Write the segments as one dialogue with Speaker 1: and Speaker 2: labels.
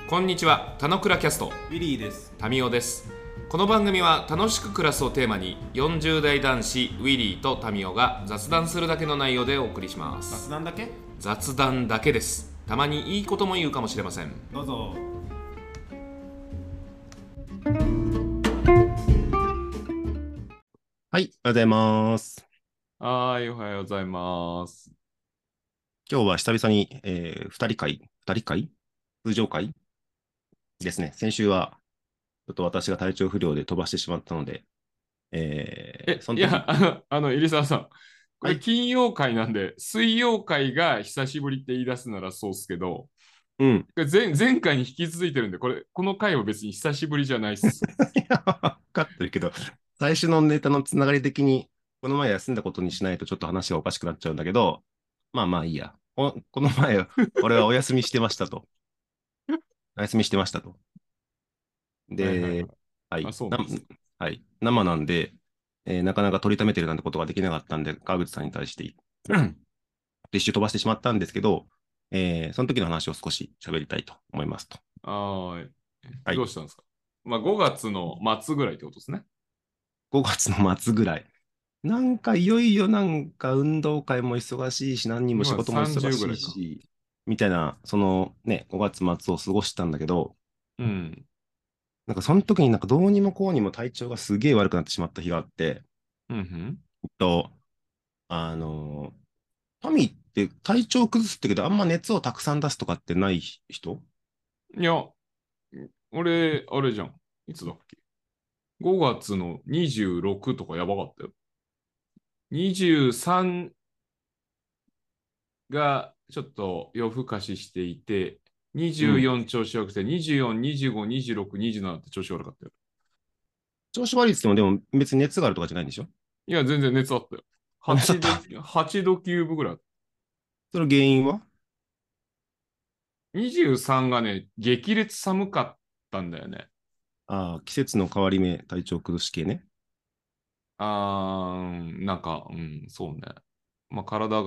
Speaker 1: こんにちは、たのくらキャスト
Speaker 2: ウィリーです。
Speaker 1: タミオです。この番組は楽しく暮らすをテーマに40代男子ウィリーとタミオが雑談するだけの内容でお送りします。
Speaker 2: 雑談だけ？
Speaker 1: 雑談だけです。たまにいいことも言うかもしれません。
Speaker 2: どうぞ。
Speaker 3: はい、おはようございます。
Speaker 1: はい、おはようございます。
Speaker 3: 今日は久々に、2人会通常会ですね。先週は、ちょっと私が体調不良で飛ばしてしまったので、その時、
Speaker 1: いや、入澤さん、これ
Speaker 3: はい、
Speaker 1: 金曜会なんで、水曜会が久しぶりって言い出すならそうっすけど、
Speaker 3: うん。
Speaker 1: これ前回に引き続いてるんで、この回は別に久しぶりじゃないっす。
Speaker 3: いや、分かってるけど、最初のネタのつながり的に、この前休んだことにしないとちょっと話がおかしくなっちゃうんだけど、まあまあいいや。この前、俺はお休みしてましたと。お休みしてましたと。
Speaker 1: はいはいは
Speaker 3: で、
Speaker 1: い。あ、
Speaker 3: はい。
Speaker 1: そうなんですか。
Speaker 3: はい。生なんで、なかなか取りためてるなんてことができなかったんで、川口さんに対して、一周飛ばしてしまったんですけど、その時の話を少し喋りたいと思いますと。
Speaker 1: はい。
Speaker 3: はい。
Speaker 1: どうしたんですか？まあ、5月の末ぐらいってことですね。
Speaker 3: 5月の末ぐらい。なんかいよいよなんか運動会も忙しいし、何人も仕
Speaker 1: 5月
Speaker 3: 事も忙
Speaker 1: 30ぐ
Speaker 3: し
Speaker 1: らいか。
Speaker 3: いし、みたいな、そのね、5月末を過ごしたんだけど、
Speaker 1: うん。
Speaker 3: なんかその時になんかどうにもこうにも体調がすげえ悪くなってしまった日があって、
Speaker 1: うんうん。
Speaker 3: と、あのタミって体調崩すってけど、あんま熱をたくさん出すとかってない人？
Speaker 1: いや、俺、あれじゃん。いつだっけ？ 5 月の26とかやばかったよ。23がちょっと夜更かししていて、
Speaker 3: うん。
Speaker 1: 24調子良くて、24、25、26、27って調子悪かったよ。
Speaker 3: 調子悪いっつっても、でも別に熱があるとかじゃないんでしょ？
Speaker 1: いや、全然熱あったよ。8度、
Speaker 3: 熱あった。
Speaker 1: 8度9分ぐらいあった。
Speaker 3: その原因は？
Speaker 1: 23がね、激烈寒かったんだよね。
Speaker 3: ああ、季節の変わり目、体調崩し系ね。
Speaker 1: なんか、うん、そうね。まあ、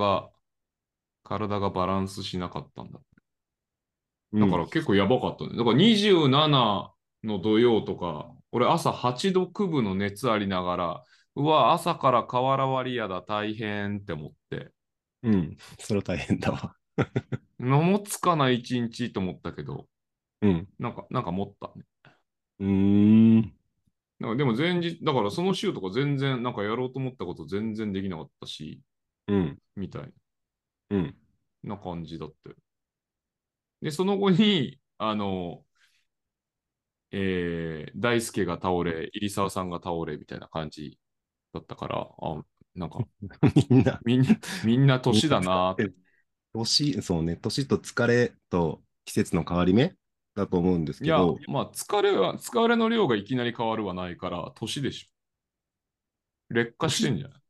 Speaker 1: 体がバランスしなかったんだ。だか
Speaker 3: うん。
Speaker 1: ら結構やばかったね。だから27の土曜とか、俺朝8度9分の熱ありながら、うわ、朝から瓦割りやだ、大変って思って、
Speaker 3: うん。それは大変だわ。
Speaker 1: のもつかない一日と思ったけど、
Speaker 3: うん。
Speaker 1: なんか持ったね。
Speaker 3: うーん。
Speaker 1: でも前日、だからその週とか全然、なんかやろうと思ったこと全然できなかったし、
Speaker 3: うん。
Speaker 1: みたい
Speaker 3: うん。
Speaker 1: な感じだったよ。で、その後に、大輔が倒れ、入澤さんが倒れ、みたいな感じだったから、なんか、
Speaker 3: みんな、
Speaker 1: みんな
Speaker 3: みん
Speaker 1: 年だなーって。
Speaker 3: な疲れて、そうね、年と疲れと季節の変わり目だと思うんです
Speaker 1: いや、
Speaker 3: けど、
Speaker 1: まあ、疲れの量がいきなり変わるはないから、年でしょ。劣化して
Speaker 3: 年
Speaker 1: んじゃない？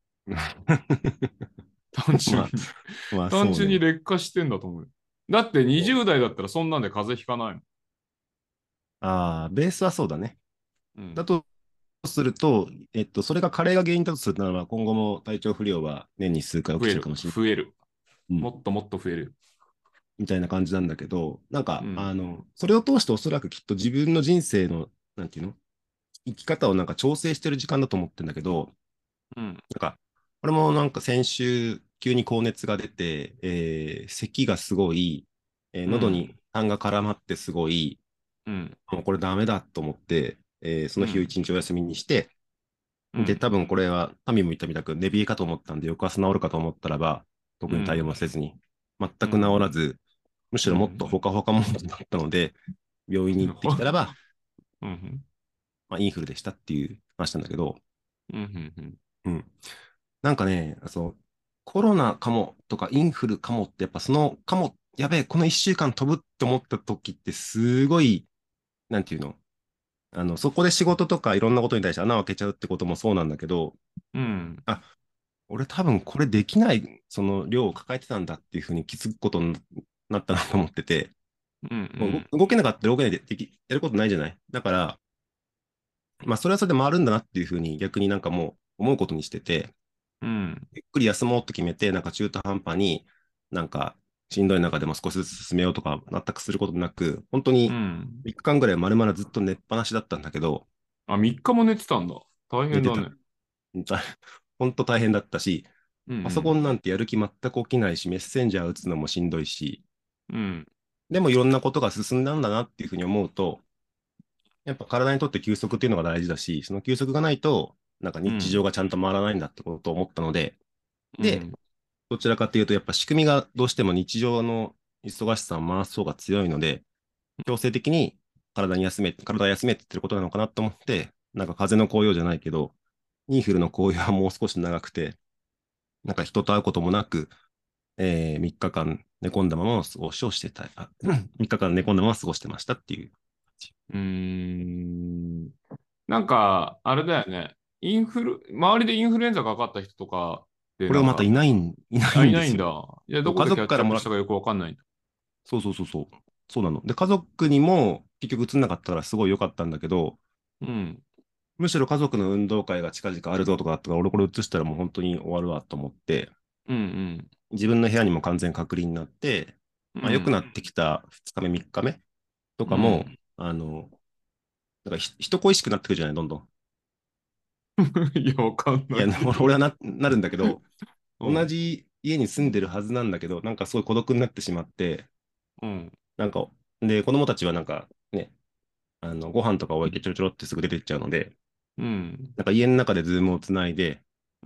Speaker 1: 単純に。
Speaker 3: まあ、まあ
Speaker 1: 単
Speaker 3: そうね。
Speaker 1: 純に劣化してんだと思うよ。だって20代だったらそんなんで風邪ひかないもん。
Speaker 3: ああ、ベースはそうだね。
Speaker 1: うん。
Speaker 3: だとすると、それが加齢が原因だとするならば、今後も体調不良は年に数回起きてるかもしれ
Speaker 1: 増える。
Speaker 3: ない。うん。
Speaker 1: もっともっと増える。
Speaker 3: みたいな感じなんだけど、なんか、
Speaker 1: うん。
Speaker 3: それを通しておそらくきっと自分の人生の、なんていうの、生き方をなんか調整してる時間だと思ってんだけど、
Speaker 1: うん。
Speaker 3: なんか、俺もなんか先週、急に高熱が出て、咳がすごい、喉に
Speaker 1: うん。
Speaker 3: 痰が絡まってすごい、
Speaker 1: うん。
Speaker 3: もうこれダメだと思って、その日を
Speaker 1: うん。
Speaker 3: 一日お休みにして、で、
Speaker 1: うん。
Speaker 3: 多分これは、タミも言ったみたく、寝冷えかと思ったんで、翌朝治るかと思ったらば、特に対応
Speaker 1: うん。
Speaker 3: もせずに、全
Speaker 1: う
Speaker 3: く治ら
Speaker 1: ん。
Speaker 3: ず、むしろもっと
Speaker 1: うん。
Speaker 3: ほかほかモードだったので、病院に行ってきたらば、
Speaker 1: うん。
Speaker 3: まあ、インフルでしたっていう話なんだけど、
Speaker 1: うん。うん。
Speaker 3: うん。なんかね、コロナかもとかインフルかもって、やっぱそのかも、やべえ、この一週間飛ぶって思った時ってすごい、なんていうの、そこで仕事とかいろんなことに対して穴を開けちゃうってこともそうなんだけど、
Speaker 1: うん。
Speaker 3: あ、俺多分これできない、その量を抱えてたんだっていうふうに気づくことになったなと思ってて、
Speaker 1: うん。うん。
Speaker 3: もう動けなかったら動けないでやることないじゃない。だから、まあそれはそれで回るんだなっていうふうに逆になんかもう思うことにしてて、
Speaker 1: うん。
Speaker 3: ゆっくり休もうと決めて、なんか中途半端になんかしんどい中でも少しずつ進めようとか全くすることなく、本当に
Speaker 1: うん。
Speaker 3: 3日間ぐらい丸々ずっと寝っぱなしだったんだけど、
Speaker 1: あ、3日も寝てたんだ。大
Speaker 3: 寝てた。
Speaker 1: 変だね。
Speaker 3: 本当大変だったし、パソコ
Speaker 1: うん
Speaker 3: ンなんてやる気全く起きないし、メッセンジャー打つのもしんどいし、
Speaker 1: うん。うん。
Speaker 3: でもいろんなことが進んだんだなっていうふうに思うと、やっぱ体にとって休息っていうのが大事だし、その休息がないと、なんか日常
Speaker 1: うん。
Speaker 3: がちゃんと回らないんだってことを思ったので、で、
Speaker 1: うん。
Speaker 3: どちらかというと、やっぱ仕組みがどうしても日常の忙しさを回す方が強いので、強制的に体を休めって言ってることなのかなと思って、なんか風邪の紅葉じゃないけど、インフルの紅葉はもう少し長くて、なんか人と会うこともなく、3日間寝込んだままの過ごしをしてた、3日間寝込んだまま過ごしてましたっていう。
Speaker 1: うーん。なんか、あれだよね。周りでインフルエンザかかった人とかで、
Speaker 3: これがまた
Speaker 1: なんか、
Speaker 3: いな
Speaker 1: あ、いないんだ。
Speaker 3: いんですよ。
Speaker 1: いや、どこ
Speaker 3: 家
Speaker 1: でキャッチアッ
Speaker 3: 族からもら
Speaker 1: プしたかよくわかんないんだ。
Speaker 3: そうそうそうそう。そうなの。で、家族にも結局移んなかったからすごい良かったんだけど、
Speaker 1: うん。
Speaker 3: むしろ家族の運動会が近々あるぞとかだったから、俺これ移したらもう本当に終わるわと思って、
Speaker 1: うん
Speaker 3: 自分の部屋にも完全隔離になって、
Speaker 1: うん。う
Speaker 3: まあ良くな
Speaker 1: ん。
Speaker 3: ってきた2日目、3日目とかも、
Speaker 1: うん。
Speaker 3: なんか人恋しくなってくるじゃない、どんどん。
Speaker 1: いや、わかん
Speaker 3: いや、
Speaker 1: ないけど。
Speaker 3: 俺はなるんだけど、同
Speaker 1: うん。
Speaker 3: じ家に住んでるはずなんだけど、なんかすごい孤独になってしまって、
Speaker 1: うん。
Speaker 3: なんか、で、子供たちはなんかね、ご飯とか置いてちょろちょろってすぐ出てっちゃうので、
Speaker 1: うん。
Speaker 3: なんか家の中でズームをつないで、
Speaker 1: うん。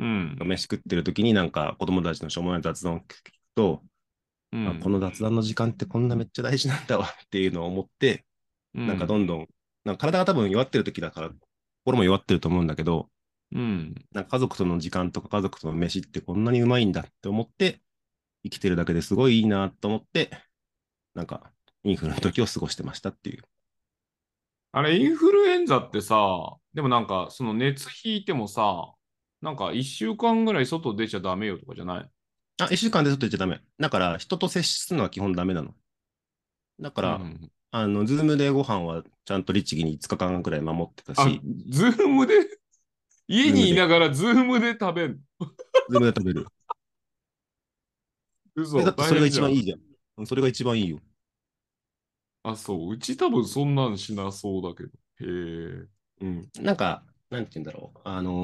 Speaker 3: 飯食ってる時になんか子供たちのしょうもない雑談を聞くと、あ、こ
Speaker 1: うん。
Speaker 3: の雑談の時間ってこんなめっちゃ大事なんだわっていうのを思って、なんかど
Speaker 1: うん。
Speaker 3: んどん、なんか体が多分弱ってる時だから、心も弱ってると思うんだけど、
Speaker 1: うん。
Speaker 3: なんか家族との時間とか家族との飯ってこんなにうまいんだって思って、生きてるだけですごいいいなと思って、なんかインフルの時を過ごしてましたっていう。
Speaker 1: あれ、インフルエンザってさ、でもなんか、その熱引いてもさ、なんか一週間ぐらい外出ちゃダメよとかじゃない？
Speaker 3: あ、一週間で外行っちゃダメ。だから人と接するのは基本ダメなの。だから、
Speaker 1: うん。
Speaker 3: ズームでご飯はちゃんと律儀に5日間くらい守ってた
Speaker 1: あ、
Speaker 3: し、
Speaker 1: ズームで家
Speaker 3: ズームで、
Speaker 1: にいながらズームで食べん
Speaker 3: ズームで食べる。
Speaker 1: の？
Speaker 3: だ
Speaker 1: 嘘、
Speaker 3: ってそれが
Speaker 1: 大変じゃん。
Speaker 3: 一番いいじゃん。それが一番いいよ。
Speaker 1: あ、そう。うち多分そんなんしなそうだけど。へえ。
Speaker 3: うん。なんか、なんて言うんだろう。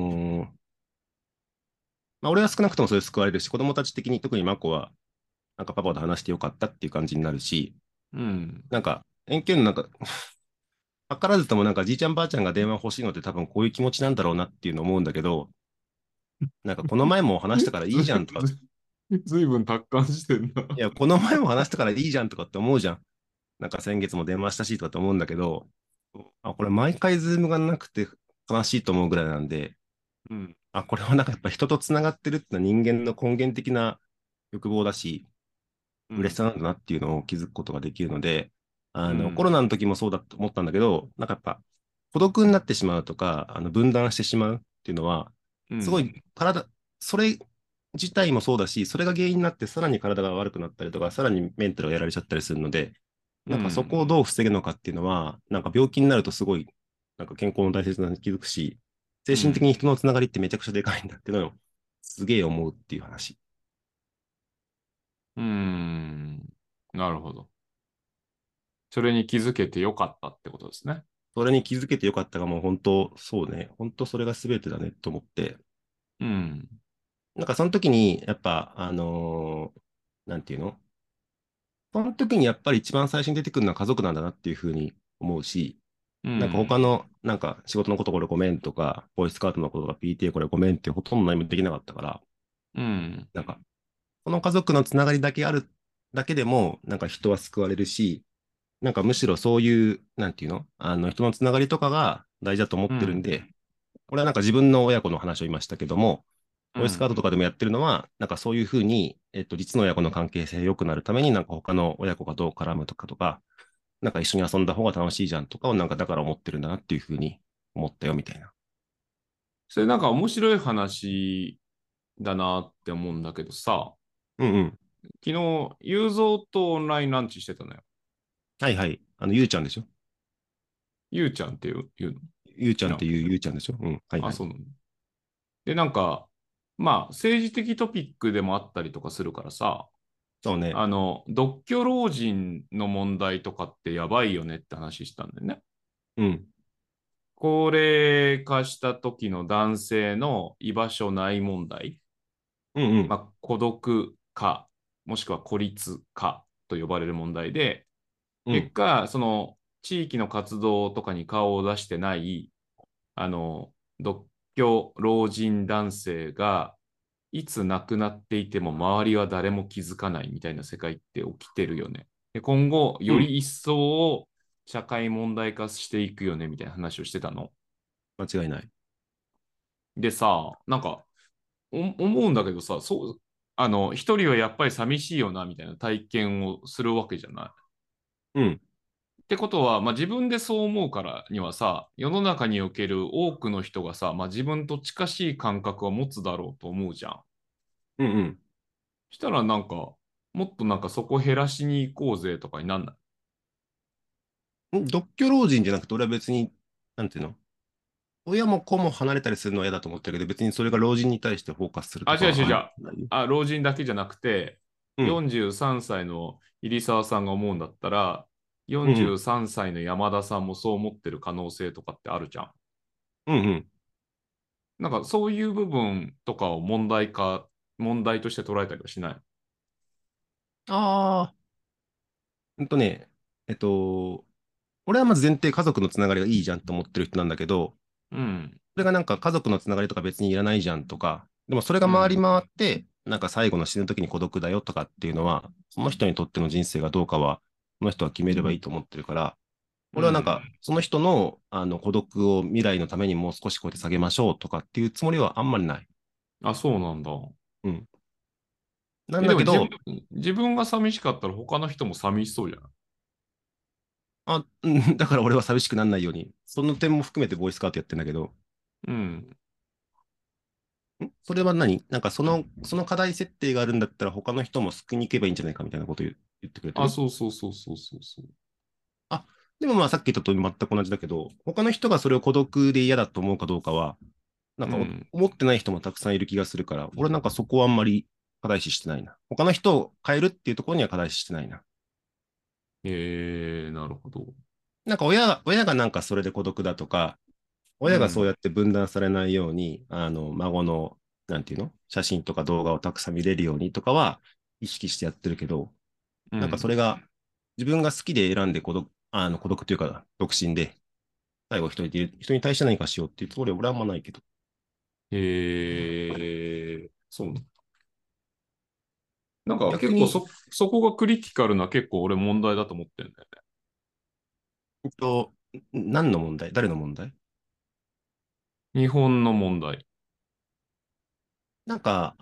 Speaker 3: まあ、俺は少なくともそれ救われるし、子供たち的に特にマコは、なんかパパと話してよかったっていう感じになるし、
Speaker 1: うん。
Speaker 3: なんか、遠距離のなんか、図らずともなんかじいちゃんばあちゃんが電話欲しいのって多分こういう気持ちなんだろうなっていうのを思うんだけど、なんかこの前も話したからいいじゃんとか、
Speaker 1: ずいぶん達観してんな。
Speaker 3: いや、この前も話したからいいじゃんとかって思うじゃん。なんか先月も電話したしとかって思うんだけど、あ、これ毎回ズームがなくて悲しいと思うぐらいなんで、
Speaker 1: うん。
Speaker 3: あ、これはなんかやっぱ人とつながってるってのは人間の根源的な欲望だし、
Speaker 1: うん。
Speaker 3: 嬉しさなんだなっていうのを気づくことができるので、コロ
Speaker 1: うん。
Speaker 3: ナの時もそうだと思ったんだけど、なんかやっぱ孤独になってしまうとか、分断してしまうっていうのは、すごい
Speaker 1: うん。
Speaker 3: それ自体もそうだし、それが原因になってさらに体が悪くなったりとか、さらにメンタルがやられちゃったりするので、なんかそ
Speaker 1: うん。
Speaker 3: こをどう防ぐのかっていうのは、なんか病気になるとすごい、なんか健康の大切なのに気づくし、精神的に
Speaker 1: うん。
Speaker 3: 人のつながりってめちゃくちゃでかいんだっていうのをすげえ思うっていう話。
Speaker 1: うん。なるほど。それに気づけてよかったってことですね。
Speaker 3: それに気づけてよかったが、もう本当、そうね、本当それが全てだねと思って、
Speaker 1: うん。
Speaker 3: なんかその時に、やっぱ、なんていうのその時にやっぱり一番最初に出てくるのは家族なんだなっていうふうに思うし、
Speaker 1: う
Speaker 3: なんか他
Speaker 1: ん。
Speaker 3: の、なんか仕事のことこれごめんとか、ボイスカートのこととか PTA これごめんってほとんど何もできなかったから、
Speaker 1: うん。
Speaker 3: なんか、この家族のつながりだけあるだけでも、なんか人は救われるし、なんかむしろそういう、なんていうの人のつながりとかが大事だと思っ
Speaker 1: うん。
Speaker 3: てるんで、これはなんか自分の親子の話を言いましたけども、ボイスカー
Speaker 1: うん。
Speaker 3: トとかでもやってるのは、なんかそういうふうに、実の親子の関係性が良くなるために、なんか他の親子がどう絡むとか、なんか一緒に遊んだ方が楽しいじゃんとかをなんかだから思ってるんだなっていうふうに思ったよみたいな。
Speaker 1: それなんか面白い話だなって思うんだけどさ、
Speaker 3: うんうん。
Speaker 1: 昨日、雄三とオンラインランチしてたのよ。
Speaker 3: はいはい。ゆうちゃんでしょ。
Speaker 1: ゆうちゃんっていうの
Speaker 3: ゆうちゃ
Speaker 1: 知らん。
Speaker 3: んっていうゆうちゃんでしょ。うん。はい
Speaker 1: あ、
Speaker 3: はい。
Speaker 1: そうなの。で、なんか、まあ、政治的トピックでもあったりとかするからさ、
Speaker 3: そうね。
Speaker 1: 独居老人の問題とかってやばいよねって話したんだよね。
Speaker 3: うん。
Speaker 1: 高齢化した時の男性の居場所ない問題、
Speaker 3: うんうん。
Speaker 1: まあ、孤独化、もしくは孤立化と呼ばれる問題で、
Speaker 3: うん。
Speaker 1: 結果、その地域の活動とかに顔を出してない、独居老人男性がいつ亡くなっていても周りは誰も気づかないみたいな世界って起きてるよね。で今後、
Speaker 3: うん。
Speaker 1: より一層社会問題化していくよねみたいな話をしてたの。
Speaker 3: 間違いない。
Speaker 1: でさ、なんか思うんだけどさ、一人はやっぱり寂しいよなみたいな体験をするわけじゃない。
Speaker 3: うん。
Speaker 1: ってことは、まあ、自分でそう思うからにはさ、世の中における多くの人がさ、まあ、自分と近しい感覚は持つだろうと思うじゃん。
Speaker 3: うんうん。
Speaker 1: したらなんか、もっとなんかそこ減らしに行こうぜとかになんない？
Speaker 3: 独居老人じゃなくて、俺は別に、なんていうの、親も子も離れたりするのは嫌だと思ってるけど、別にそれが老人に対してフォーカスする
Speaker 1: あ、
Speaker 3: とかはあんま
Speaker 1: 違う違う違う。
Speaker 3: ないよ。
Speaker 1: 老人だけじゃなくて、
Speaker 3: うん。
Speaker 1: 43歳の入澤さんが思うんだったら、
Speaker 3: うん
Speaker 1: 43歳の山田さんもそう思ってる可能性とかってあるじゃん。
Speaker 3: うん。うんうん。
Speaker 1: なんかそういう部分とかを問題として捉えたりはしない？
Speaker 3: ああ、ね、えっと、俺はまず前提家族のつながりがいいじゃんと思ってる人なんだけど、
Speaker 1: うん、
Speaker 3: それがなんか家族のつながりとか別にいらないじゃんとか、でもそれが回り
Speaker 1: うん、
Speaker 3: 回って、なんか最後の死ぬ時に孤独だよとかっていうのは、その人にとっての人生がどうかは、その人は決めればいいと思ってるから、
Speaker 1: う
Speaker 3: 俺はなんか、
Speaker 1: ん。
Speaker 3: その人の、孤独を未来のためにもう少しこうやって下げましょうとかっていうつもりはあんまりない。
Speaker 1: あ、そうなんだ。
Speaker 3: うん。なん
Speaker 1: え、でも
Speaker 3: だけど、
Speaker 1: 自分が寂しかったら他の人も寂しそうじゃない？
Speaker 3: だから俺は寂しくならないように、その点も含めてボーイスカウトやってんだけど、
Speaker 1: うん。
Speaker 3: それはなんかその課題設定があるんだったら他の人も救いに行けばいいんじゃないかみたいなことを言ってくれて
Speaker 1: あ、
Speaker 3: る。
Speaker 1: そうそうそうそうそうそう。
Speaker 3: あ、でもまあさっき言った通り全く同じだけど、他の人がそれを孤独で嫌だと思うかどうかは、なんか
Speaker 1: うん。
Speaker 3: 思ってない人もたくさんいる気がするから、俺なんかそこはあんまり課題視してないな。他の人を変えるっていうところには課題視してないな。
Speaker 1: なるほど。
Speaker 3: なんか親がなんかそれで孤独だとか、親がそう
Speaker 1: うん。
Speaker 3: やって分断されないように、孫の、なんていうの写真とか動画をたくさん見れるようにとかは意識してやってるけど、なんかそ
Speaker 1: うん。
Speaker 3: れが自分が好きで選んで孤独というか、独身で、最後人に対して何かしようっていうつもりは俺はあんまないけど。
Speaker 1: そうなんだ。なんか
Speaker 3: 逆に、
Speaker 1: 結構そこがクリティカルな結構俺問題だと思ってんだよね。
Speaker 3: 何の問題誰の問題
Speaker 1: 日本の問題。
Speaker 3: なんか、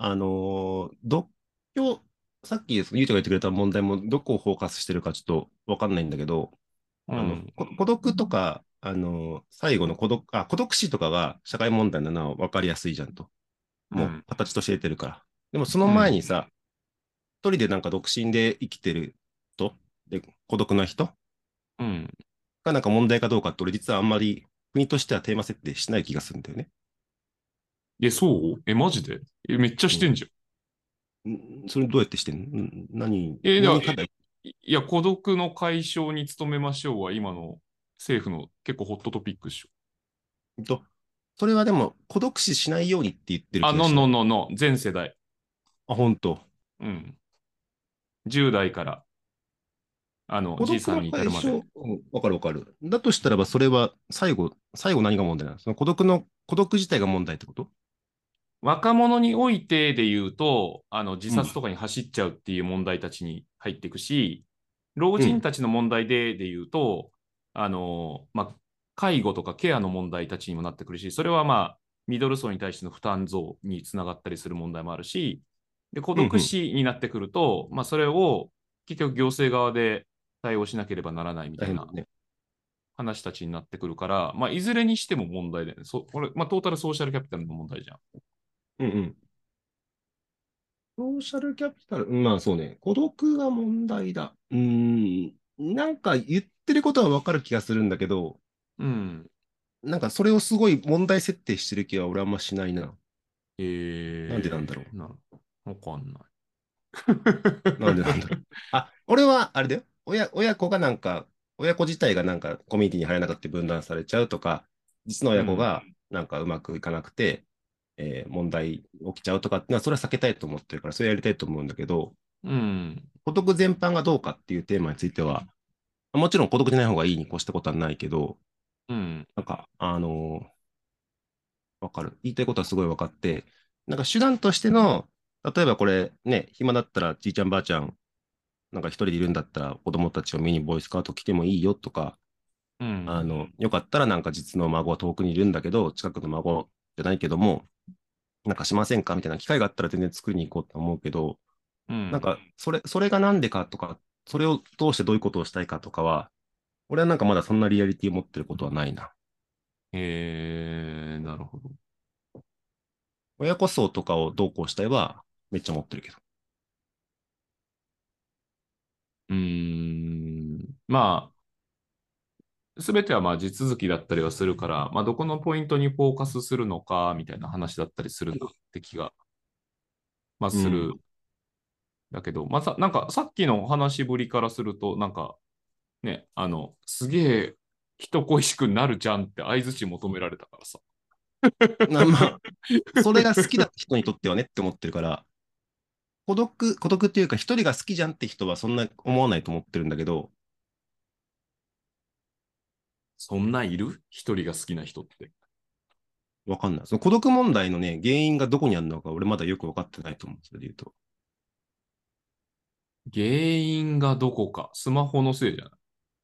Speaker 3: さっきゆうちゃんが言ってくれた問題もどこをフォーカスしてるかちょっとわかんないんだけど、
Speaker 1: うん。
Speaker 3: 孤独とか、最後の孤独死とかが社会問題なのは分かりやすいじゃんと。もう
Speaker 1: うん。
Speaker 3: 形として得てるから。でもその
Speaker 1: うん。
Speaker 3: 前にさ、一人でなんか独身で生きてる人で、孤独な人
Speaker 1: うん。
Speaker 3: がなんか問題かどうかって俺実はあんまり国としてはテーマ設定しない気がするんだよね。
Speaker 1: そうマジでめっちゃ
Speaker 3: うん。
Speaker 1: してんじゃん。
Speaker 3: それどうやってしてんの
Speaker 1: では、
Speaker 3: 何課題
Speaker 1: いや、孤独の解消に努めましょうは今の政府の結構ホットトピックっしょ。
Speaker 3: と、それはでも孤独死しないようにって言ってる
Speaker 1: あ、ノン
Speaker 3: 気がしない。
Speaker 1: ノンノンノン、全世代。
Speaker 3: あ、本当。
Speaker 1: うん。10代から、じい
Speaker 3: 孤独の
Speaker 1: さんに至るまで。
Speaker 3: 解消、わかるわかる。だとしたらば、それは最後何が問題なのその孤独自体が問題ってこと
Speaker 1: 若者においてで言うと、自
Speaker 3: うん。
Speaker 1: 殺とかに走っちゃうっていう問題たちに入っていくし、老
Speaker 3: うん。
Speaker 1: 人たちの問題で言うと、まあ、介護とかケアの問題たちにもなってくるし、それはまあ、ミドル層に対しての負担増につながったりする問題もあるし、で、孤
Speaker 3: うん。うん。
Speaker 1: 独死になってくると、まあ、それを結局行政側で対応しなければならないみたいな
Speaker 3: 大変だね。
Speaker 1: 話たちになってくるから、まあ、いずれにしても問題だよね。これ、まあ、トータルソーシャルキャピタルの問題じゃん。
Speaker 3: うんうん。ソーシャルキャピタル、まあそうね。孤独が問題だ。なんか言ってることはわかる気がするんだけど、
Speaker 1: うん。
Speaker 3: なんかそれをすごい問題設定してる気は俺あんましないな。なんでなんだろう。
Speaker 1: わかんない。
Speaker 3: なんでなんだろう。あ、俺は、あれだよ。親子がなんか、親子自体がなんかコミュニティに入らなかった分断されちゃうとか、実の
Speaker 1: うん。
Speaker 3: 親子がなんかうまくいかなくて、問題起きちゃうとかっていうのは、それは避けたいと思ってるから、それやりたいと思うんだけど、
Speaker 1: うん。
Speaker 3: 孤独全般がどうかっていうテーマについては、もちろん孤独じゃない方がいいに越したことはないけど、
Speaker 1: うん。
Speaker 3: なんか、わかる。言いたいことはすごいわかって、なんか手段としての、例えばこれね、暇だったらじいちゃんばあちゃん、なんか一人でいるんだったら子供たちを見にボーイスカウト来てもいいよとか、
Speaker 1: うん。
Speaker 3: よかったらなんか実の孫は遠くにいるんだけど、近くの孫じゃないけども、なんかしませんかみたいな機会があったら全然作りに行こうと思うけど、
Speaker 1: うん。
Speaker 3: なんかそれがなんでかとか、それを通してどういうことをしたいかとかは、俺はなんかまだそんなリアリティを持ってることはないな。
Speaker 1: なるほど。
Speaker 3: 親子層とかをどうこうしたいはめっちゃ持ってるけど。
Speaker 1: まあ、すべてはまあ地続きだったりはするから、まあ、どこのポイントにフォーカスするのかみたいな話だったりするなって気が、まあ、
Speaker 3: うん。
Speaker 1: する。だけど、まあ、なんかさっきの話ぶりからすると、なんかね、すげえ人恋しくなるじゃんって相槌求められたからさ。
Speaker 3: まあ、それが好きだ人にとってはねって思ってるから、孤独っていうか一人が好きじゃんって人はそんな思わないと思ってるんだけど、
Speaker 1: そんないる一人が好きな人って。
Speaker 3: わかんない。その孤独問題のね、原因がどこにあるのか俺まだよくわかってないと思うんですよ、それで言うと。
Speaker 1: 原因がどこか。スマホのせいじゃない？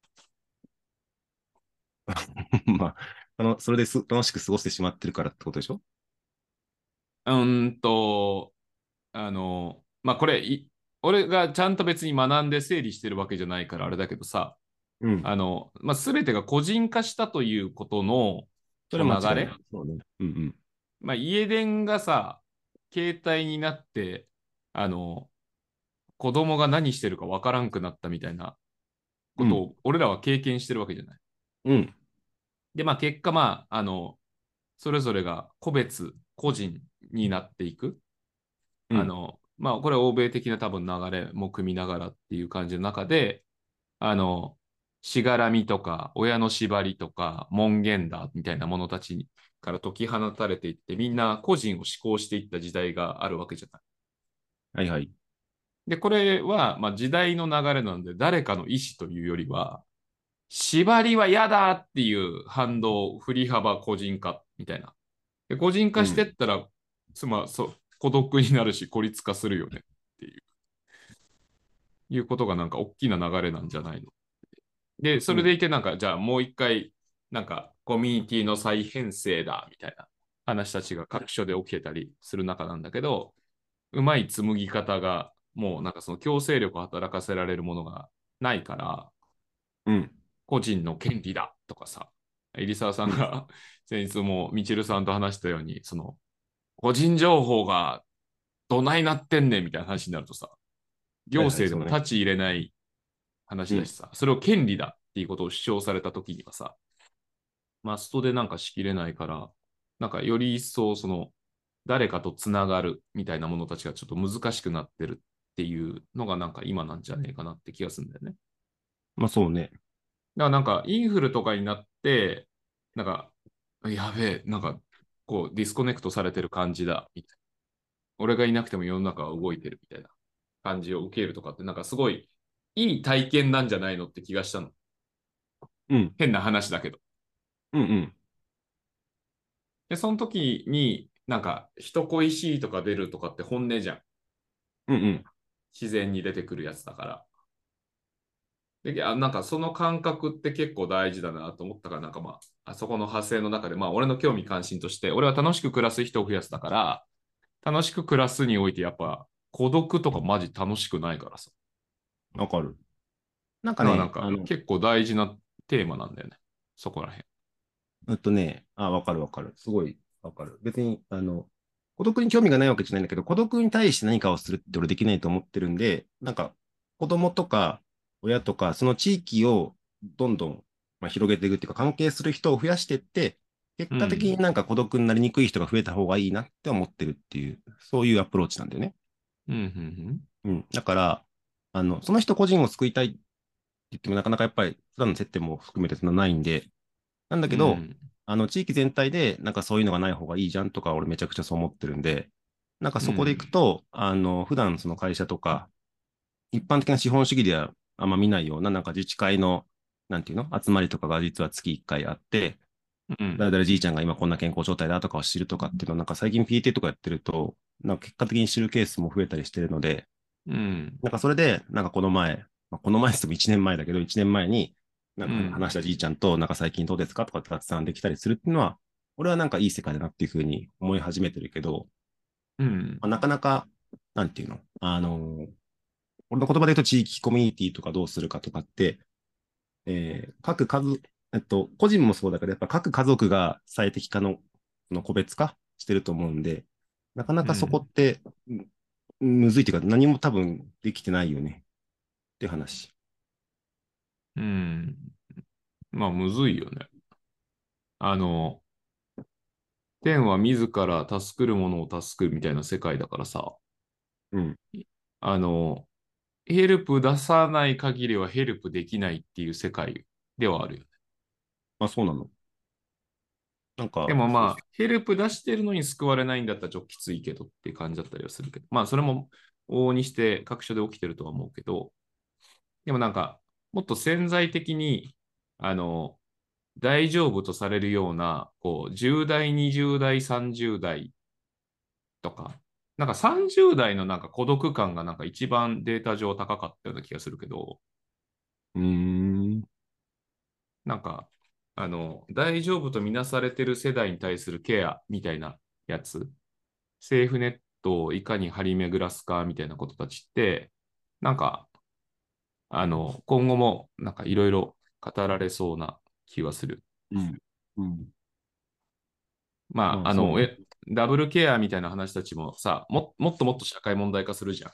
Speaker 3: まあ、それで楽しく過ごしてしまってるからってことでしょ？
Speaker 1: うーんと、まあ、これ俺がちゃんと別に学んで整理してるわけじゃないからあれだけどさ、
Speaker 3: うん。
Speaker 1: まあ、全てが個人化したということの
Speaker 3: それ
Speaker 1: こう流れ。
Speaker 3: は間違いない。そうね。うんうん。
Speaker 1: まあ、家電がさ、携帯になって、あの、子供が何してるかわからんくなったみたいな
Speaker 3: うん。
Speaker 1: ことを俺らは経験してるわけじゃない。
Speaker 3: うん。
Speaker 1: で、まあ、結果、まあ、それぞれが個別、個人になっていく。
Speaker 3: うん。
Speaker 1: まあ、これは欧米的な多分流れも組みながらっていう感じの中で、あの、しがらみとか、親の縛りとか、門限だみたいなものたちから解き放たれていって、みんな個人を思考していった時代があるわけじゃない。
Speaker 3: はいはい。
Speaker 1: で、これは、まあ、時代の流れなので、誰かの意思というよりは、縛りは嫌だっていう反動、振り幅、個人化みたいな。で、個人化して
Speaker 3: うん。
Speaker 1: ったら、孤独になるし、孤立化するよねっていうことがなんか大きな流れなんじゃないの。で、そ
Speaker 3: うん。
Speaker 1: れでいてなんか、じゃあもう一回、なんかコミュニティの再編成だみたいな話たちが各所で起きてたりする中なんだけど、うまい紡ぎ方が、もうなんかその強制力を働かせられるものがないから、
Speaker 3: うん。
Speaker 1: 個人の権利だとかさ、入澤さんが先日もみちるさんと話したように、その、個人情報がどないなってんねんみたいな話になるとさ、行
Speaker 3: はいはい、
Speaker 1: 政で
Speaker 3: そうね。
Speaker 1: も立ち入れない
Speaker 3: うん。
Speaker 1: 話だしさ、それを権利だっていうことを主張されたときにはさ、マストでなんかしきれないから、なんかより一層その、誰かとつながるみたいなものたちがちょっと難しくなってるっていうのがなんか今なんじゃねえかなって気がするんだよね。
Speaker 3: まあそうね。
Speaker 1: だからなんかインフルとかになって、なんか、やべえ、なんかこうディスコネクトされてる感じだ、みたいな。俺がいなくても世の中は動いてるみたいな感じを受けるとかって、なんかすごいいい体験なんじゃないのって気がしたの。
Speaker 3: うん。
Speaker 1: 変な話だけど。
Speaker 3: うんうん。
Speaker 1: で、その時になんか人恋しいとか出るとかって本音じゃん。
Speaker 3: うんうん。
Speaker 1: 自然に出てくるやつだから。で、なんかその感覚って結構大事だなと思ったから、なんかまあ、あそこの派生の中で、まあ俺の興味関心として、俺は楽しく暮らす人を増やすだから、楽しく暮らすにおいてやっぱ孤独とかマジ楽しくないからさ。
Speaker 3: わかる。なんかね、
Speaker 1: だからなんか結構大事なテーマなんだよね。そこら辺。
Speaker 3: わかるわかる。すごいわかる。別に、孤独に興味がないわけじゃないんだけど、孤独に対して何かをするって俺できないと思ってるんで、なんか、子供とか親とか、その地域をどんどん、まあ、広げていくっていうか、関係する人を増やしていって、結果的に
Speaker 1: うん。
Speaker 3: なんか孤独になりにくい人が増えた方がいいなって思ってるっていう、そういうアプローチなんだよね。
Speaker 1: うん、
Speaker 3: うん。だから、その人個人を救いたいって言ってもなかなかやっぱり普段の接点も含めてそんなないんで、なんだ
Speaker 1: うん、
Speaker 3: けど、
Speaker 1: うん、
Speaker 3: 地域全体でなんかそういうのがない方がいいじゃんとか俺めちゃくちゃそう思ってるんで、なんかそこでいく
Speaker 1: うん、
Speaker 3: と、普段その会社とか、一般的な資本主義ではあんま見ないような、なんか自治会の、なんていうの集まりとかが実は月1回あって、
Speaker 1: うん、
Speaker 3: 誰々じいちゃんが今こんな健康状態だとかを知るとかっていうのを、なんか最近 PTA とかやってると、なんか結果的に知るケースも増えたりしてるので、
Speaker 1: うん、
Speaker 3: なんかそれで、なんかこの前、この前って言っても1年前だけど、1年前に、なんか
Speaker 1: うん、
Speaker 3: 話したじいちゃんと、なんか最近どうですかとかって雑談できたりするっていうのは、俺はなんかいい世界だなっていうふうに思い始めてるけど、
Speaker 1: うん、
Speaker 3: なかなか、なんていうの俺の言葉で言うと地域コミュニティとかどうするかとかって、各家個人もそうだけど、やっぱ各家族が最適化の個別化してると思うんで、なかなかそこ
Speaker 1: うん、
Speaker 3: って、むずいっていうか何も多分できてないよねっていう話。
Speaker 1: うん。まあ、むずいよね。あの、天は自ら助くるものを助くみたいな世界だからさ、
Speaker 3: うん。
Speaker 1: あの、ヘルプ出さない限りはヘルプできないっていう世界ではあるよね。
Speaker 3: まあそうなの。なん
Speaker 1: で
Speaker 3: か、そうそ
Speaker 1: もまあ、ヘルプ出してるのに救われないんだったらちょっときついけどっていう感じだったりはするけど、まあそれも往々にして各所で起きてるとは思うけど、でもなんか、もっと潜在的に、あの、大丈夫とされるような、こう、10代、20代、30代とか、なんか30代のなんか孤独感がなんか一番データ上高かったような気がするけど、
Speaker 3: う。うーん。
Speaker 1: なんか、大丈夫とみなされてる世代に対するケアみたいなやつ、セーフネットをいかに張り巡らすかみたいなことたちって、なんか、今後もなんかいろいろ語られそうな気はする。
Speaker 3: うん。うん。
Speaker 1: まあ、
Speaker 3: まあそうね。
Speaker 1: ダブルケアみたいな話たちもさ、もっともっと社会問題化するじゃん。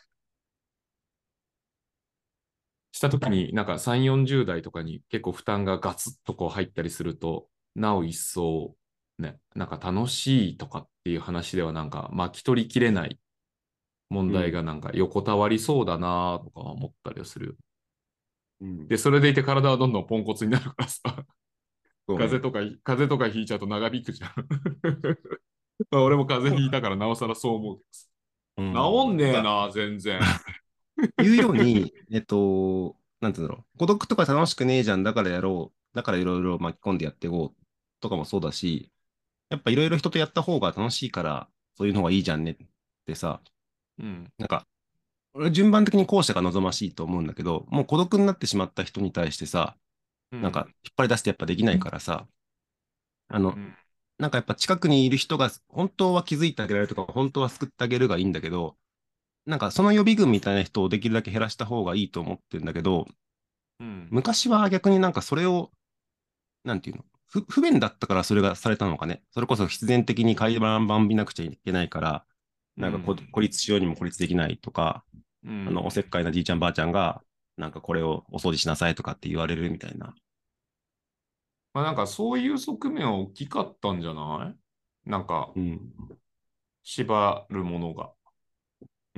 Speaker 1: したときに、なんか3、40代とかに結構負担がガツッとこう入ったりすると、なお一層、ね、なんか楽しいとかっていう話ではなんか巻き取りきれない問
Speaker 3: うん。
Speaker 1: 題がなんか横たわりそうだなとか思ったりはする。
Speaker 3: うん。
Speaker 1: で、それでいて体はどんどんポンコツになるからさ、
Speaker 3: そうね。
Speaker 1: 風邪とかひいちゃうと長引くじゃん。まあ俺も風邪ひいたからなおさらそう思うけどさ。
Speaker 3: う
Speaker 1: 治ん
Speaker 3: ん。
Speaker 1: ねえな、全然。
Speaker 3: 言うように、なんていうんだろう。孤独とか楽しくねえじゃん。だからやろう。だからいろいろ巻き込んでやっていこうとかもそうだし、やっぱいろいろ人とやった方が楽しいから、そういうのがいいじゃんねってさ、
Speaker 1: うん、
Speaker 3: なんか、俺順番的に後者が望ましいと思うんだけど、もう孤独になってしまった人に対してさ、なんか
Speaker 1: うん、
Speaker 3: 引っ張り出してやっぱできないからさ、あの、
Speaker 1: うん、
Speaker 3: なんかやっぱ近くにいる人が本当は気づいてあげられるとか、本当は救ってあげるがいいんだけど、なんかその予備軍みたいな人をできるだけ減らした方がいいと思ってるんだけど、
Speaker 1: うん。
Speaker 3: 昔は逆になんかそれを、なんていうの、不便だったからそれがされたのかね。それこそ必然的に回覧板見なくちゃいけないから、なんか孤立しようにも孤立できないとか、
Speaker 1: うん。
Speaker 3: おせっかいなじいちゃんばあちゃんが、なんかこれをお掃除しなさいとかって言われるみたいな。
Speaker 1: まあなんかそういう側面は大きかったんじゃない？なんか
Speaker 3: うん。
Speaker 1: 縛るものが
Speaker 3: うん。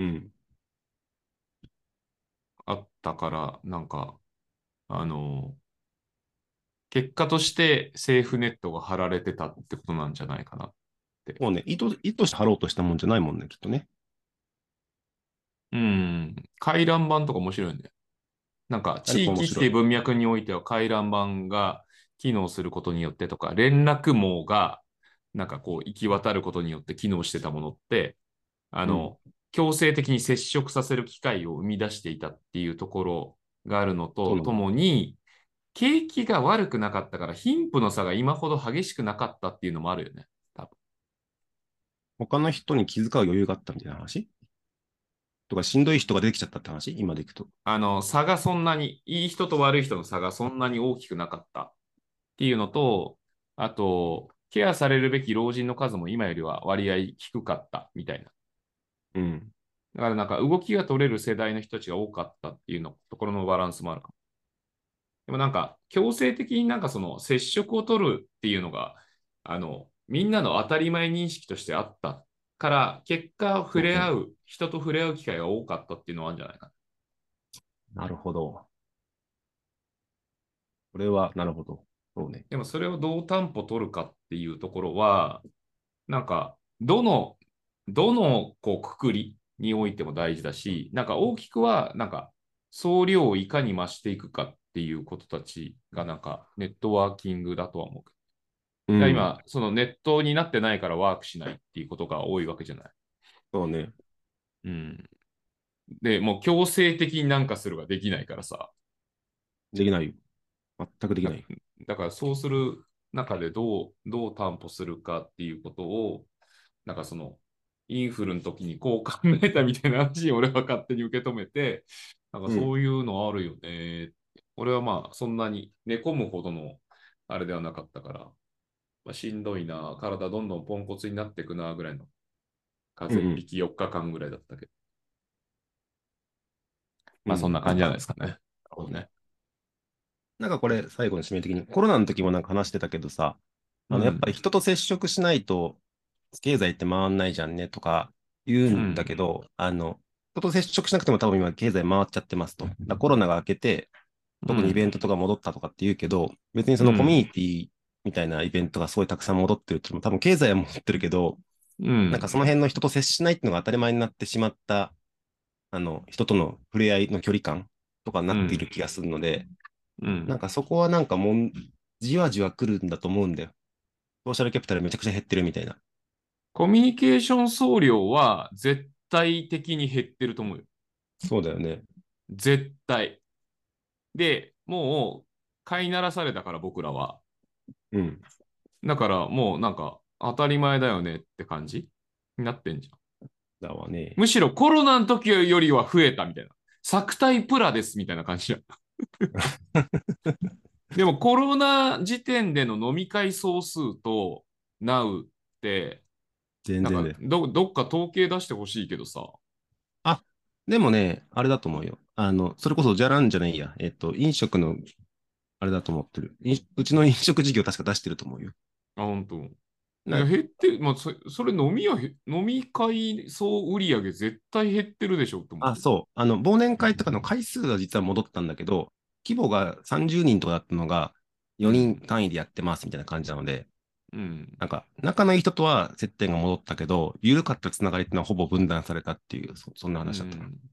Speaker 1: あったから、なんか、あの、結果としてセーフネットが張られてたってことなんじゃないかなって。
Speaker 3: もうね、意図して貼ろうとしたもんじゃないもんね、きっとね。
Speaker 1: うん。回覧板とか面白いんだよ。なんか
Speaker 3: あれ
Speaker 1: 地域っていう
Speaker 3: 面白い。
Speaker 1: 文脈においては回覧板が機能することによってとか、連絡網がなんかこう行き渡ることによって機能してたものって、あ
Speaker 3: うん。
Speaker 1: の、強制的に接触させる機会を生み出していたっていうところがあるのとと
Speaker 3: そうなの。
Speaker 1: もに、景気が悪くなかったから貧富の差が今ほど激しくなかったっていうのもあるよね。多分。
Speaker 3: 他の人に気遣う余裕があったみたいな話とか、しんどい人が出てきちゃったって話今でいくと。
Speaker 1: 差がそんなに、いい人と悪い人の差がそんなに大きくなかったっていうのと、あと、ケアされるべき老人の数も今よりは割合低かったみたいな。
Speaker 3: うん。
Speaker 1: だからなんか動きが取れる世代の人たちが多かったっていうのところのバランスもあるかも。でもなんか強制的になんかその接触を取るっていうのが、みんなの当たり前認識としてあった。 から結果触れ合
Speaker 3: そうね。
Speaker 1: う、人と触れ合う機会が多かったっていうのはあるんじゃないかな。
Speaker 3: なるほど。これは、なるほど。そうね。
Speaker 1: でもそれをどう担保取るかっていうところは、なんか、どのこうくくりにおいても大事だし、なんか大きくは、なんか、総量をいかに増していくかっていうことたちが、なんか、ネットワーキングだとは思う。
Speaker 3: うん。
Speaker 1: 今、そのネットになってないからワークしないっていうことが多いわけじゃない。
Speaker 3: そうね。
Speaker 1: うん。で、もう強制的になんかするができないからさ。
Speaker 3: できないよ。全くでき
Speaker 1: だ、
Speaker 3: ないよ。
Speaker 1: だからそうする中でどう担保するかっていうことを、なんかその、インフルの時にこう考えたみたいな話に俺は勝手に受け止めて、なんか
Speaker 3: うん。
Speaker 1: そういうのあるよね。俺はまあそんなに寝込むほどのあれではなかったから、まあ、しんどいな、体どんどんポンコツになっていくなぐらいの風邪
Speaker 3: うんうん。
Speaker 1: っ引き4日間ぐらいだったけど、
Speaker 3: うん。
Speaker 1: まあそんな感じじゃないですかね。
Speaker 3: そうね。
Speaker 1: ね。
Speaker 3: なんかこれ、最後の締め的に、コロナの時もなんか話してたけどさ、やっぱり
Speaker 1: うん。
Speaker 3: 人と接触しないと、経済って回んないじゃんねとか言うんだ
Speaker 1: うん。
Speaker 3: けど、人と接触しなくても多分今経済回っちゃってますと。コロナが明けて、特にイベ
Speaker 1: うん。
Speaker 3: ントとか戻ったとかって言うけど、別にそのコミュ
Speaker 1: うん。
Speaker 3: ニティみたいなイベントがすごいたくさん戻ってるっていうのも多分経済は戻ってるけど、
Speaker 1: うん。
Speaker 3: なんかその辺の人と接しないっていうのが当たり前になってしまった、人との触れ合いの距離感とかになっている
Speaker 1: うん。
Speaker 3: 気がするので、
Speaker 1: うん。
Speaker 3: なんかそこはなんかじわじわ来るんだと思うんだよ。ソーシャルキャピタルめちゃくちゃ減ってるみたいな。
Speaker 1: コミュニケーション総量は絶対的に減ってると思うよ。
Speaker 3: そうだよね。
Speaker 1: 絶対。で、もう飼いならされたから僕らは。
Speaker 3: うん。
Speaker 1: だからもうなんか当たり前だよねって感じになってんじゃん。
Speaker 3: だわね。
Speaker 1: むしろコロナの時よりは増えたみたいな。作体プラですみたいな感じじゃん。でもコロナ時点での飲み会総数と Now って、なんか
Speaker 3: 全然で。
Speaker 1: どっか統計出してほしいけどさ。
Speaker 3: あ、でもね、あれだと思うよ。それこそじゃらんじゃないや。飲食の、あれだと思ってる。うちの飲食事業確か出してると思うよ。
Speaker 1: あ、本当。いや、
Speaker 3: な、
Speaker 1: 減って、まあ、それ飲み会総売上絶対減ってるでしょって思うけど。
Speaker 3: そう。忘年会とかの回数は実は戻ったんだけど、規模が30人とかだったのが4人
Speaker 1: うん。
Speaker 3: 単位でやってますみたいな感じなので、
Speaker 1: うん。
Speaker 3: なんか、仲のいい人とは接点が戻ったけど、緩かったつながりっていうのはほぼ分断されたっていう、そんな
Speaker 1: う
Speaker 3: 話だったな。
Speaker 1: ん。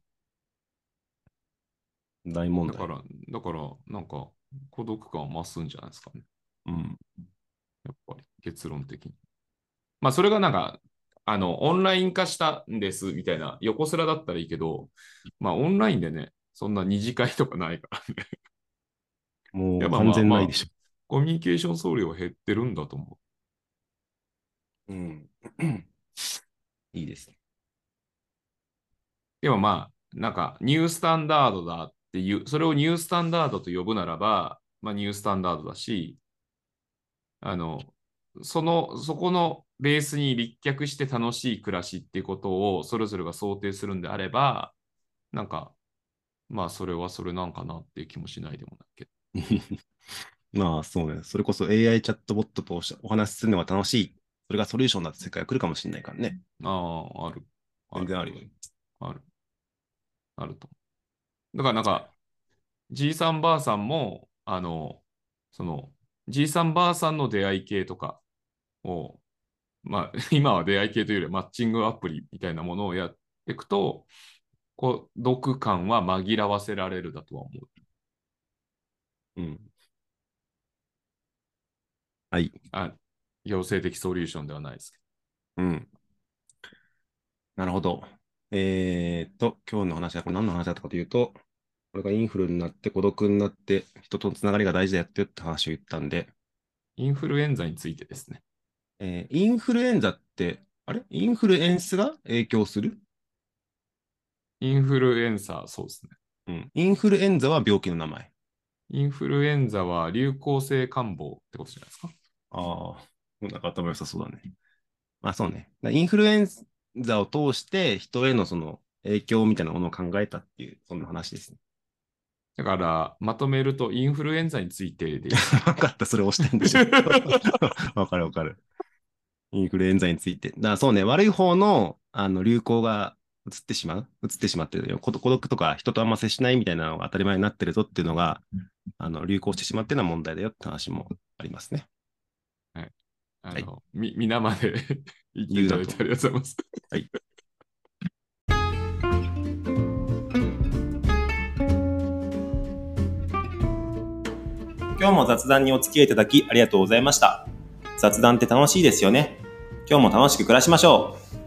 Speaker 3: 大問題。
Speaker 1: だから、なんか、孤独感増すんじゃないですかね。
Speaker 3: うん。
Speaker 1: やっぱり、結論的に。まあ、それがなんか、オンライン化したんですみたいな、横スラだったらいいけど、まあ、オンラインでね、そんな二次会とかないからね。いや、
Speaker 3: もう完
Speaker 1: まあまあまあ、
Speaker 3: 全ないでしょ。
Speaker 1: コミュニケーション総量は減ってるんだと思
Speaker 3: うん。いいですね。
Speaker 1: う。でもまあ、なんか、ニュースタンダードだっていう、それをニュースタンダードと呼ぶならば、まあ、ニュースタンダードだし、あの、そこのベースに立脚して楽しい暮らしっていうことをそれぞれが想定するんであれば、なんか、まあ、それはそれなんかなっていう気もしないでもないけ
Speaker 3: まあ、そうね。それこそ AI チャットボットとお話しするのが楽しい。それがソリューションだって世界が来るかもしれないからね。
Speaker 1: ど。ああ、ある。ある。
Speaker 3: 全然あるよね。
Speaker 1: ある。あると。だからなんか、じいさんばあさんも、その、じいさんばあさんの出会い系とかを、まあ、今は出会い系というよりマッチングアプリみたいなものをやっていくと、孤独感は紛らわせられるだとは思う。
Speaker 3: うん。はい。
Speaker 1: あ、行政的ソリューションではないですけ
Speaker 3: うん。なるほど。今日の話はこれ何の話だったかというと、これがインフルになって孤独になって人とのつながりが大事だよって話を言ったんで、
Speaker 1: ど、インフルエンザについてですね。
Speaker 3: インフルエンザって、あれインフルエンスが影響する？
Speaker 1: インフルエンサー、そうですね。
Speaker 3: うん。インフルエンザは病気の名前。
Speaker 1: インフルエンザは流行性感冒ってことじゃないですか。
Speaker 3: ああ、なんか頭良さそうだね。まあそうね。インフルエンザを通して人へのその影響みたいなものを考えたっていう、そんな話ですね。
Speaker 1: だから、まとめると、インフルエンザについてでいいですね。
Speaker 3: 分かった、それ押してんでしょ。わかるわかる。 インフルエンザについて。だからそうね、悪い方の、流行が移ってしまってるよ。孤独とか人とあんま接しないみたいなのが当たり前になってるぞっていうのが、流行してしまってるのは問題だよって話もありますね。
Speaker 1: はい。
Speaker 3: はい。
Speaker 1: 皆まで言ってい
Speaker 3: 言うなと。
Speaker 1: ただいてありがとうございます。
Speaker 3: はい。
Speaker 2: 今日も雑談にお付き合いいただきありがとうございました。雑談って楽しいですよね。今日も楽しく暮らしましょう。